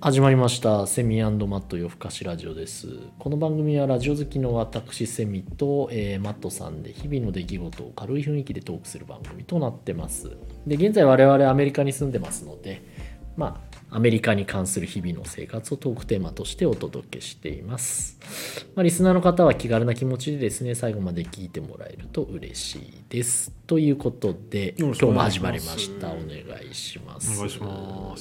始まりましたセミ&マット夜更かしラジオです。この番組はラジオ好きの私セミと、マットさんで日々の出来事を軽い雰囲気でトークする番組となってます。で、現在我々アメリカに住んでますので、アメリカに関する日々の生活をトークテーマとしてお届けしています。リスナーの方は気軽な気持ちでですね、最後まで聞いてもらえると嬉しいです。ということで、今日も始まりました。お願いします。 お願いします。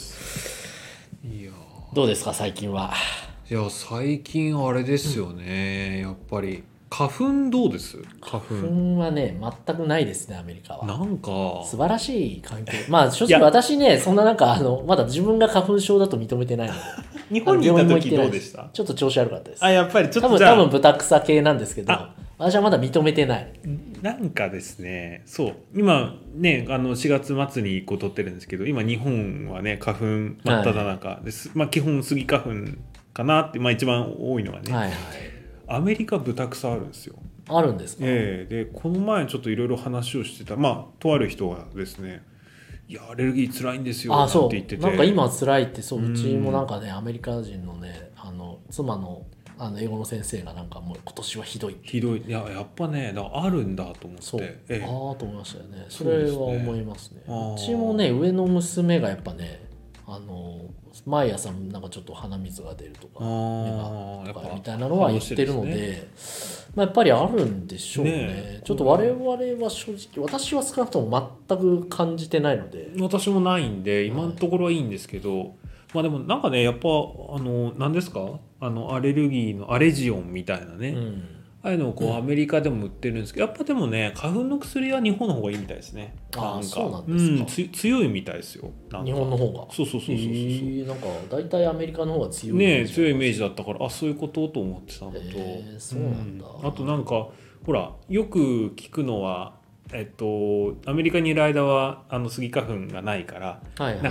いやどうですか最近は。 いや最近あれですよね、やっぱり花粉どうです？花粉はね全くないですね。アメリカはなんか素晴らしい環境。正直私ねそんなまだ自分が花粉症だと認めてないので日本にいた時どうでした？ ちょっと調子悪かったです。 やっぱりちょっと多分豚草系なんですけど、私はまだ認めてない。 なんかですね、そう今ね4月末に撮ってるんですけど、今日本はね花粉真っ只中です、基本スギ花粉かなって、一番多いのはね、アメリカ豚草あるんですよ。 あるんですか？ でこの前ちょっといろいろ話をしてたとある人がですね、いやアレルギー辛いんですよなんて言ってて、 今辛いって、うちもアメリカ人のね妻の英語の先生がもう今年はひどいやっぱねあるんだと思って、 と思いましたよね。それは思いますね。うちもね上の娘がやっぱね毎朝ちょっと鼻水が出るとか目がとかみたいなのは言ってるので、やっぱりあるんでしょうね。ちょっと我々は正直、私は少なくとも全く感じてないので。 私もないんで今のところはいいんですけど、でもやっぱ何ですかアレルギーのアレジオンみたいなね、ああいうのをアメリカでも売ってるんですけど、やっぱでもね花粉の薬は日本の方がいいみたいですね。 そうなんですか。 強いみたいですよ。 日本の方が。 そう大体アメリカの方が強いね、強いイメージだったからそういうことと思ってたのと、 そうなんだ。 あとほらよく聞くのはアメリカにいる間はスギ花粉がないから、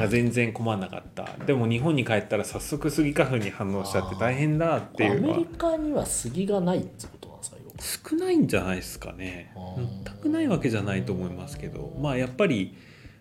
全然困らなかった。でも日本に帰ったら早速スギ花粉に反応しちゃって大変だっていうのは。 アメリカにはスギがないってことなんですか？ 少ないんじゃないですかね。全くないわけじゃないと思いますけど、やっぱり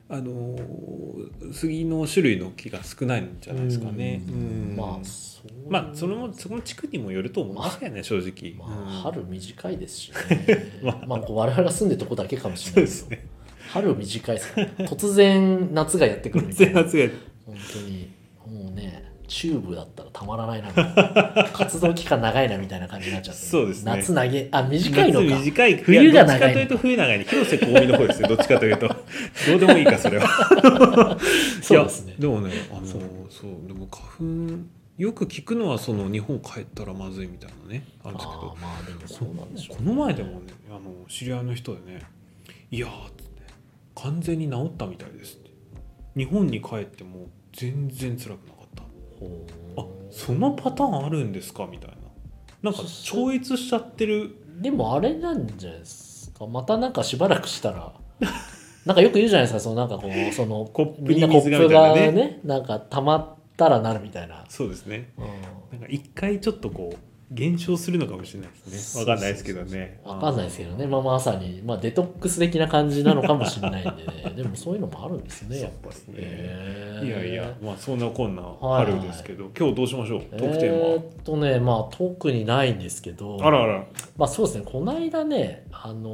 杉の種類の木が少ないんじゃないですかね。その地区にもよると思いますけどね、正直。 春短いですしね。我々が住んでるとこだけかもしれないけど、ね、春短いですから、ね、突然夏がやってくるみたいな。本当にもうね、チューブだったらたまらないな活動期間長いなみたいな感じになっちゃって、 そうですね。 夏短いのか。 夏短い。 冬が長いのか。 どっちかというと冬長いに広瀬香美の方ですね。どっちかというとどうでもいいかそれは。 そうですね。 でもねでも花粉よく聞くのは日本帰ったらまずいみたいなねあるんですけど、 でもそうなんでしょうね。 この前でもね知り合いの人でね、いやーって完全に治ったみたいですって、日本に帰っても全然辛くなかった。そのパターンあるんですかみたいな、超越しちゃってる。 でもあれなんじゃないですか、またしばらくしたらよく言うじゃないですか、 コップに水がみたいなね、溜まったらなるみたいな。 そうですね。一回ちょっと減少するのかもしれないですね。わかんないですけどね。 わかんないですけどね。まさにデトックス的な感じなのかもしれないんでね。でもそういうのもあるんですね、やっぱり。 いやそんなこんな春ですけど、今日どうしましょう。トークテーマ。 特にないんですけど。そうですね。この間ね、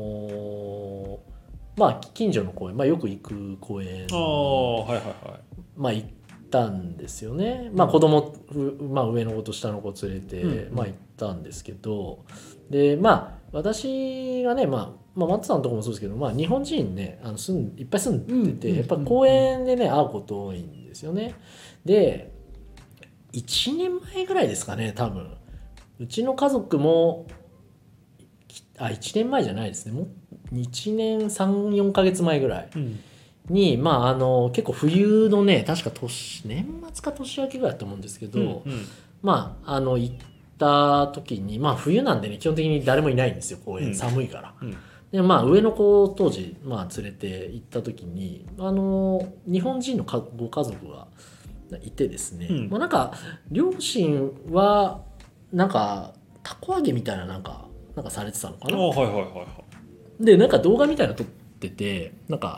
近所の公園、よく行く公園。行ったんですよね。子供、上の子と下の子連れて、行ったんですけど、で私がね、マットさんのとこもそうですけど、日本人ねいっぱい住んでて、やっぱ公園でね会うこと多いんですよね。で1年前ぐらいですかね、多分うちの家族も1年前じゃないですね、もう1年 3,4 ヶ月前ぐらいに、結構冬のね、確か年末か年明けぐらいだと思うんですけど、行った時に、冬なんでね基本的に誰もいないんですよ、公園。寒いから。で上の子を当時連れて行った時に日本人のご家族がいてですね、両親はたこ揚げみたいなされてたのかな。で動画みたいなの撮ってて、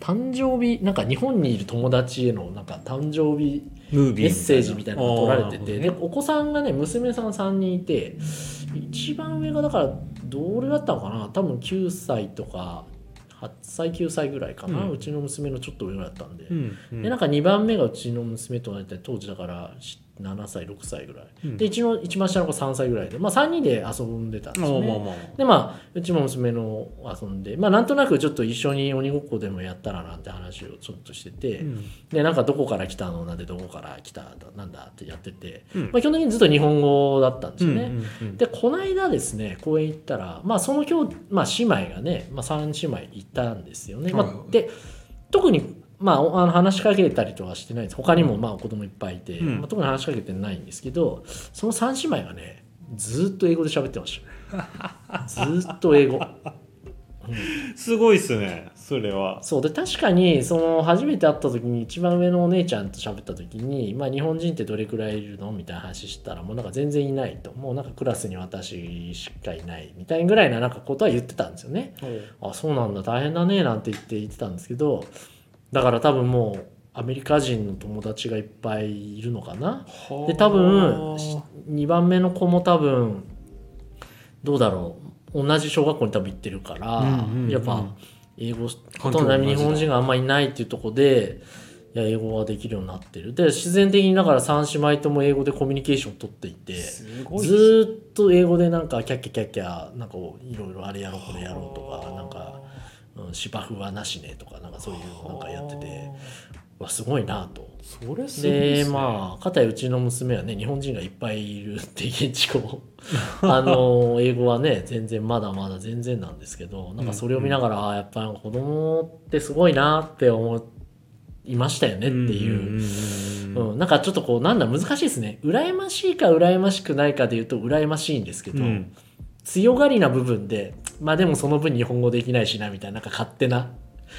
誕生日なんか日本にいる友達へのなんか誕生日メッセージみたいなのが取られてて、でお子さんがね娘さん3人いて、一番上がだからどれだったのかな、多分9歳とか8歳9歳ぐらいかな、うちの娘のちょっと上だったんで、でなんか2番目がうちの娘と同じで当時だから7歳6歳ぐらい、で一番下の子3歳ぐらいで、まあ、3人で遊んでたんですよね。でまあうちも娘の遊んで、まあ、なんとなくちょっと一緒に鬼ごっこでもやったらなんて話をちょっとしてて、でなんかどこから来たのなんでどこから来たなんだってやってて、まあ、基本的にずっと日本語だったんですよね。でこの間ですね公園行ったら、まあ、その今日、まあ、姉妹がね、まあ、3姉妹いたんですよね。まあ、で特にまあ、話しかけたりとかしてないです。他にもまあ子供いっぱいいて、まあ、特に話しかけてないんですけど、その3姉妹がねずっと英語で喋ってましたずっと英語、 すごいっすねそれは。 そうで確かにその初めて会った時に一番上のお姉ちゃんと喋った時に、まあ、日本人ってどれくらいいるのみたいな話したらもうなんか全然いないと、もうなんかクラスに私しかいないみたいなぐらいななんかことは言ってたんですよね。あそうなんだ大変だねなんて言ってたんですけど、だから多分もうアメリカ人の友達がいっぱいいるのかな。で多分2番目の子も多分どうだろう同じ小学校に多分行ってるから、やっぱ英語ほとんど日本人があんまりいないっていうところでいや英語ができるようになってる。で自然的にだから3姉妹とも英語でコミュニケーションを取っていて、ずっと英語でなんかキャッキャキャッキャなんかいろいろあれやろうこれやろうとかなんか芝生はなしねとかなんかそういうなんかやってて、わすごいなと。 それすごいですね。 でまあかたやうちの娘はね日本人がいっぱいいるって現地語英語はね全然まだまだ全然なんですけど、なんかそれを見ながら、やっぱり子供ってすごいなって思いましたよねっていう、なんかちょっとこうなんだ難しいですね。羨ましいか羨ましくないかでいうと羨ましいんですけど、強がりな部分でまあでもその分日本語できないしなみたいな、なんか勝手な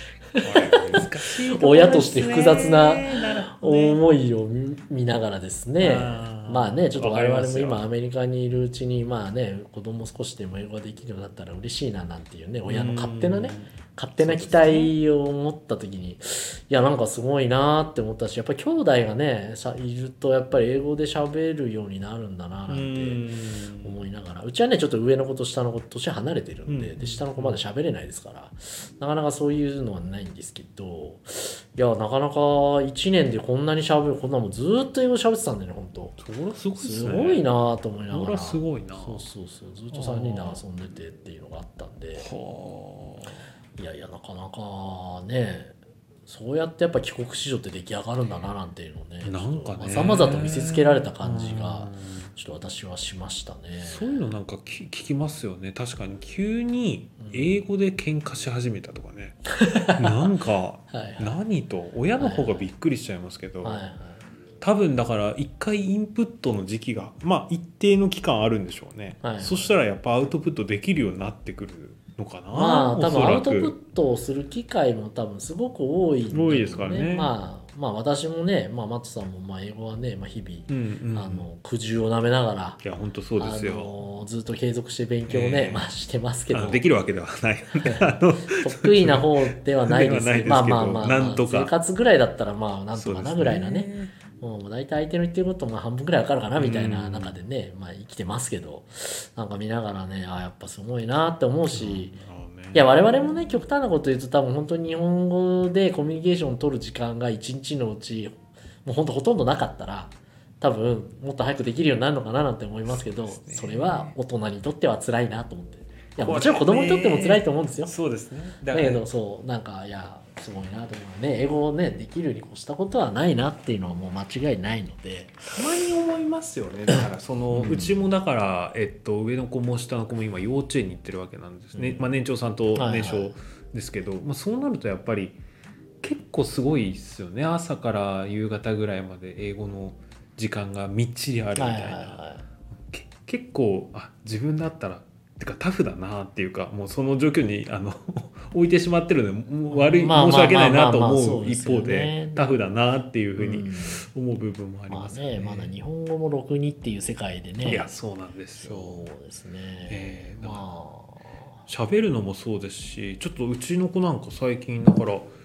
親として複雑な思いを見ながらですね、まあねちょっと我々も今アメリカにいるうちにまあね子供少しでも英語ができるようになったら嬉しいななんていうね親の勝手な期待を持った時に、いやなんかすごいなって思ったし、やっぱり兄弟がねいるとやっぱり英語で喋るようになるんだななんて思いながら、うちはねちょっと上の子と下の子と年離れてるんで、で下の子まだ喋れないですからなかなかそういうのはないんですけど、いやなかなか1年でこんなに喋る、こんなもんずっと英語喋ってたんだよね本当。 それはすごいですね。 すごいなと思いながら。 それはすごいな。 そうずっと3人で遊んでてっていうのがあったんで、いやなかなかねそうやってやっぱ帰国子女って出来上がるんだななんていうのをねなんかねまざまざと見せつけられた感じがちょっと私はしましたね。 そういうのなんか聞きますよね。確かに急に英語で喧嘩し始めたとかね、なんか何と親の方がびっくりしちゃいますけど、多分だから一回インプットの時期がまあ一定の期間あるんでしょうね、そしたらやっぱアウトプットできるようになってくるのかな。 まあ多分アウトプットをする機会も多分すごく多いんだよね。 多いですからね。 まあ私もね、マットさんもまあ英語はね、日々、苦渋をなめながら、 いや本当そうですよ。 ずっと継続して勉強をね、してますけど、 できるわけではない得意な方ではないですけど、まあなんとか生活ぐらいだったらまあなんとかなぐらいなね。もう大体相手の言ってることも半分くらい分かるかなみたいな中でね、生きてますけど、なんか見ながらねやっぱすごいなって思うし、いや我々もね極端なこと言うと多分本当に日本語でコミュニケーションを取る時間が1日のうちもう本当ほとんどなかったら多分もっと早くできるようになるのかななんて思いますけど、それは大人にとっては辛いなと思って、いやもちろん子供にとっても辛いと思うんですよ。 そうですね。 だけどそうなんかいやすごいなと思うね。英語をねできるに越したことはないなっていうのはもう間違いないので、 たまに思いますよね。だからその、うちもだから、上の子も下の子も今幼稚園に行ってるわけなんですね、年長さんと年少ですけど、そうなるとやっぱり結構すごいですよね。朝から夕方ぐらいまで英語の時間がみっちりあるみたいな、結構自分だったらてかタフだなっていうか、もうその状況に置いてしまってるので申し訳ないなと思う一方でタフだなっていうふうに思う部分もありますね。 まだ日本語もろくにっていう世界でね。 いやそうなんですよ。 そうですね。 喋るのもそうですし、ちょっとうちの子なんか最近だから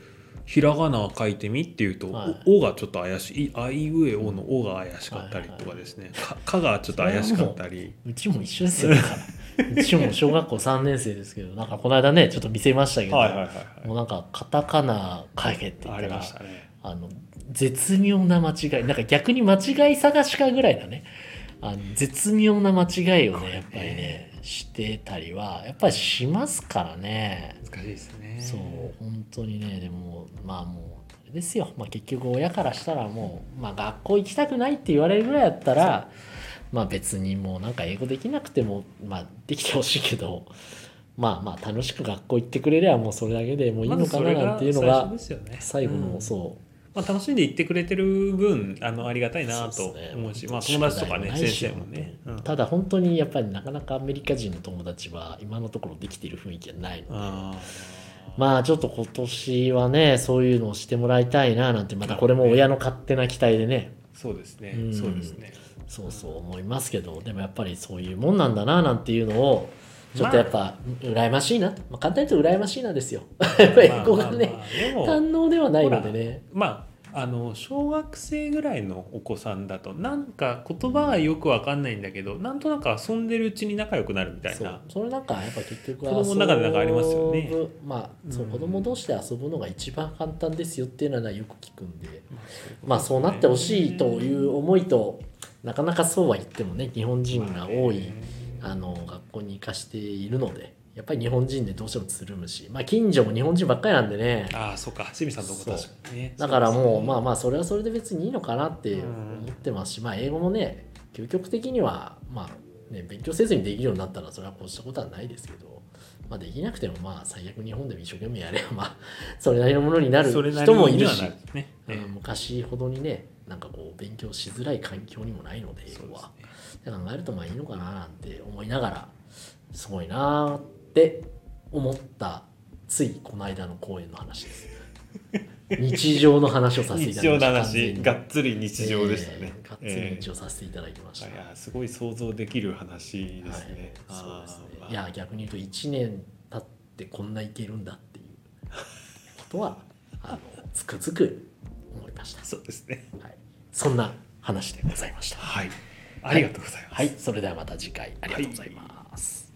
ひらがな書いてみっていうと、 はいおがちょっと怪しい、あいうえおのおが怪しかったりとかですね、かがちょっと怪しかったり。 うちも一緒ですよだからうちも小学校3年生ですけど、なんかこの間ねちょっと見せましたけど、 はいはいはいはい、 もうなんかカタカナ書けって言ったらありましたね。 絶妙な間違い、なんか逆に間違い探しかぐらいだね、絶妙な間違いをねやっぱりねしてたりはやっぱりしますからね。 難しいですね。 そう本当にね。でもまあもうあれですよ、まあ、結局親からしたらもう、まあ、学校行きたくないって言われるぐらいだったら、まあ別にもうなんか英語できなくても、まあできてほしいけど、まあまあ楽しく学校行ってくれればもうそれだけでもういいのかななんていうのが最後の、そうまあ、楽しんで言ってくれてる分ありがたいなと思うし、まあ、友達とかね先生もね、 ただ本当にやっぱりなかなかアメリカ人の友達は今のところできている雰囲気はないので、まあちょっと今年はねそういうのをしてもらいたいななんて、またこれも親の勝手な期待でね、 そうですね、そうですね、 そうそう思いますけど、でもやっぱりそういうもんなんだななんていうのをちょっとやっぱ羨ましいな、まあ、簡単に言うと羨ましいなですよやっぱり英語がね堪能ではないのでね。 まあ小学生ぐらいのお子さんだとなんか言葉はよくわかんないんだけど、なんとなく遊んでるうちに仲良くなるみたいな、 それなんかやっぱ結局子供の中でなんかありますよね。 まあそう、子供同士で遊ぶのが一番簡単ですよっていうのはよく聞くんで、まあそうなってほしいという思いと、なかなかそうは言ってもね日本人が多い学校に行かしているので、やっぱり日本人でどうしてもつるむし、まあ近所も日本人ばっかりなんでね。 ああそうか、清水さんとこ確かにね。 だからもうまあまあそれはそれで別にいいのかなって思ってますし、まあ英語もね究極的にはまあね勉強せずにできるようになったらそれはこうしたことはないですけど、まあできなくてもまあ最悪日本でも一生懸命やればまあそれなりのものになる人もいるし、昔ほどにねなんかこう勉強しづらい環境にもないので英語は、って考えるとまあいいのかななんて思いながら、すごいなって思ったついこの間の公演の話です日常の話をさせていただきました。 日常の話、がっつり日常でしたね。 がっつり日常させていただきました。 いやすごい想像できる話ですね。 そうですね。いや逆に言うと1年経ってこんないけるんだっていうことはつくづく思いました。 そうですね。 はい。そんな話でございました。 はい。ありがとうございます。 はい。それではまた次回ありがとうございます。